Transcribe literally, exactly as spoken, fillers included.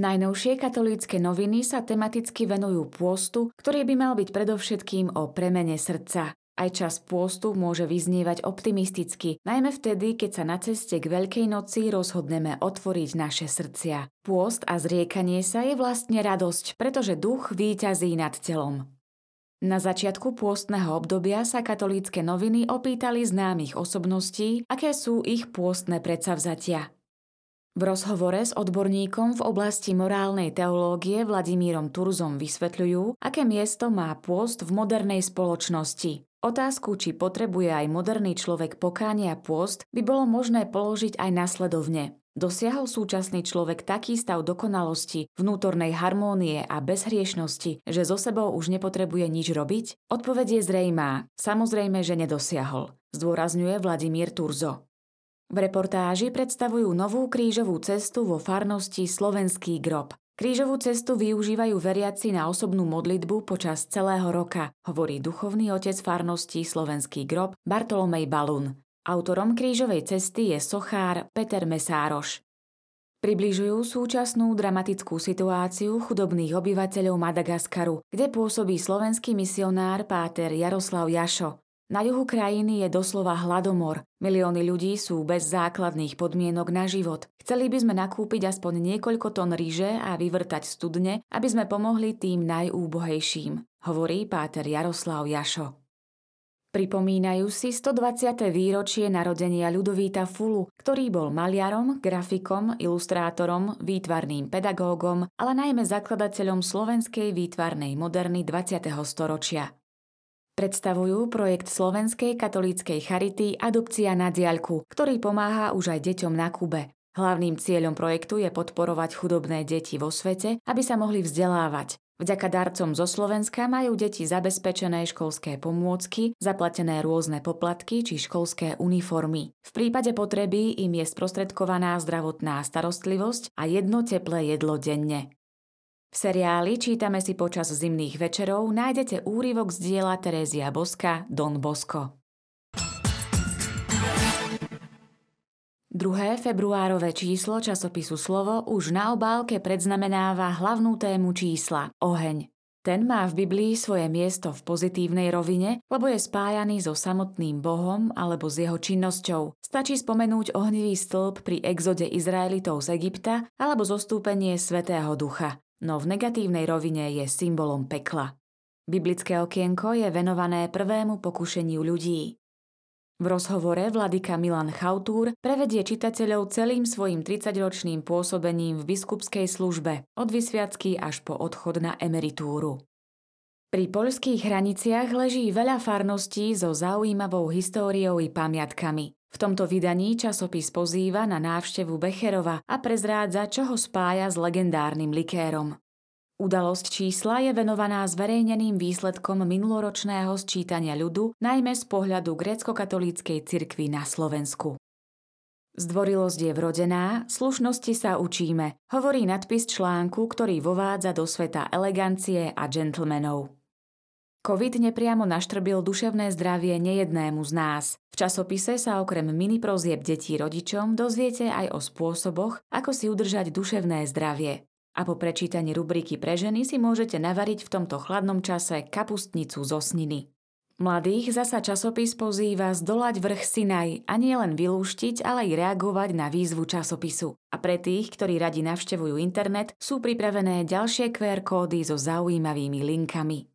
Najnovšie katolícke noviny sa tematicky venujú pôstu, ktorý by mal byť predovšetkým o premene srdca. Aj čas pôstu môže vyznievať optimisticky, najmä vtedy, keď sa na ceste k Veľkej noci rozhodneme otvoriť naše srdcia. Pôst a zriekanie sa je vlastne radosť, pretože duch víťazí nad telom. Na začiatku pôstneho obdobia sa katolícke noviny opýtali známych osobností, aké sú ich pôstne predsavzatia. V rozhovore s odborníkom v oblasti morálnej teológie Vladimírom Turzom vysvetľujú, aké miesto má pôst v modernej spoločnosti. Otázku, či potrebuje aj moderný človek pokánie a pôst, by bolo možné položiť aj nasledovne. Dosiahol súčasný človek taký stav dokonalosti, vnútornej harmónie a bezhriešnosti, že so sebou už nepotrebuje nič robiť? Odpoveď je zrejmá. Samozrejme, že nedosiahol, zdôrazňuje Vladimír Turzo. V reportáži predstavujú novú krížovú cestu vo farnosti Slovenský grob. Krížovú cestu využívajú veriaci na osobnú modlitbu počas celého roka, hovorí duchovný otec farnosti Slovenský grob Bartolomej Balun. Autorom krížovej cesty je sochár Peter Mesároš. Približujú súčasnú dramatickú situáciu chudobných obyvateľov Madagaskaru, kde pôsobí slovenský misionár páter Jaroslav Jašo. Na juhu krajiny je doslova hladomor. Milióny ľudí sú bez základných podmienok na život. Chceli by sme nakúpiť aspoň niekoľko tón ryže a vyvrtať studne, aby sme pomohli tým najúbohejším, hovorí páter Jaroslav Jašo. Pripomínajú si stodvadsiate výročie narodenia Ľudovíta Fulu, ktorý bol maliarom, grafikom, ilustrátorom, výtvarným pedagógom, ale najmä zakladateľom slovenskej výtvarnej moderny dvadsiateho storočia. Predstavujú projekt Slovenskej katolíckej charity Adopcia na diaľku, ktorý pomáha už aj deťom na Kube. Hlavným cieľom projektu je podporovať chudobné deti vo svete, aby sa mohli vzdelávať. Vďaka darcom zo Slovenska majú deti zabezpečené školské pomôcky, zaplatené rôzne poplatky či školské uniformy. V prípade potreby im je sprostredkovaná zdravotná starostlivosť a jedno teplé jedlo denne. V seriáli Čítame si počas zimných večerov nájdete úryvok z diela Terézia Boska Don Bosco. Druhé februárové číslo časopisu Slovo už na obálke predznamenáva hlavnú tému čísla – oheň. Ten má v Biblii svoje miesto v pozitívnej rovine, lebo je spájaný so samotným Bohom alebo s jeho činnosťou. Stačí spomenúť ohnivý stĺp pri exode Izraelitov z Egypta alebo zostúpenie Svätého Ducha. No v negatívnej rovine je symbolom pekla. Biblické okienko je venované prvému pokušeniu ľudí. V rozhovore vladyka Milan Chautúr prevedie čitateľov celým svojim tridsaťročným pôsobením v biskupskej službe, od vysviacky až po odchod na emeritúru. Pri poľských hraniciach leží veľa farností so zaujímavou históriou i pamiatkami. V tomto vydaní časopis pozýva na návštevu Becherova a prezrádza, čo ho spája s legendárnym likérom. Udalosť čísla je venovaná zverejneným výsledkom minuloročného sčítania ľudu, najmä z pohľadu grécko-katolíckej cirkvi na Slovensku. Zdvorilosť je vrodená, slušnosti sa učíme, hovorí nadpis článku, ktorý vovádza do sveta elegancie a džentlmenov. Covid nepriamo naštrbil duševné zdravie nejednému z nás. V časopise sa okrem mini prozieb detí rodičom dozviete aj o spôsoboch, ako si udržať duševné zdravie. A po prečítaní rubriky pre ženy si môžete navariť v tomto chladnom čase kapustnicu zo sniny. Mladých zasa časopis pozýva zdolať vrch Sinaj a nie len vylúštiť, ale aj reagovať na výzvu časopisu. A pre tých, ktorí radi navštevujú internet, sú pripravené ďalšie kvé er kódy so zaujímavými linkami.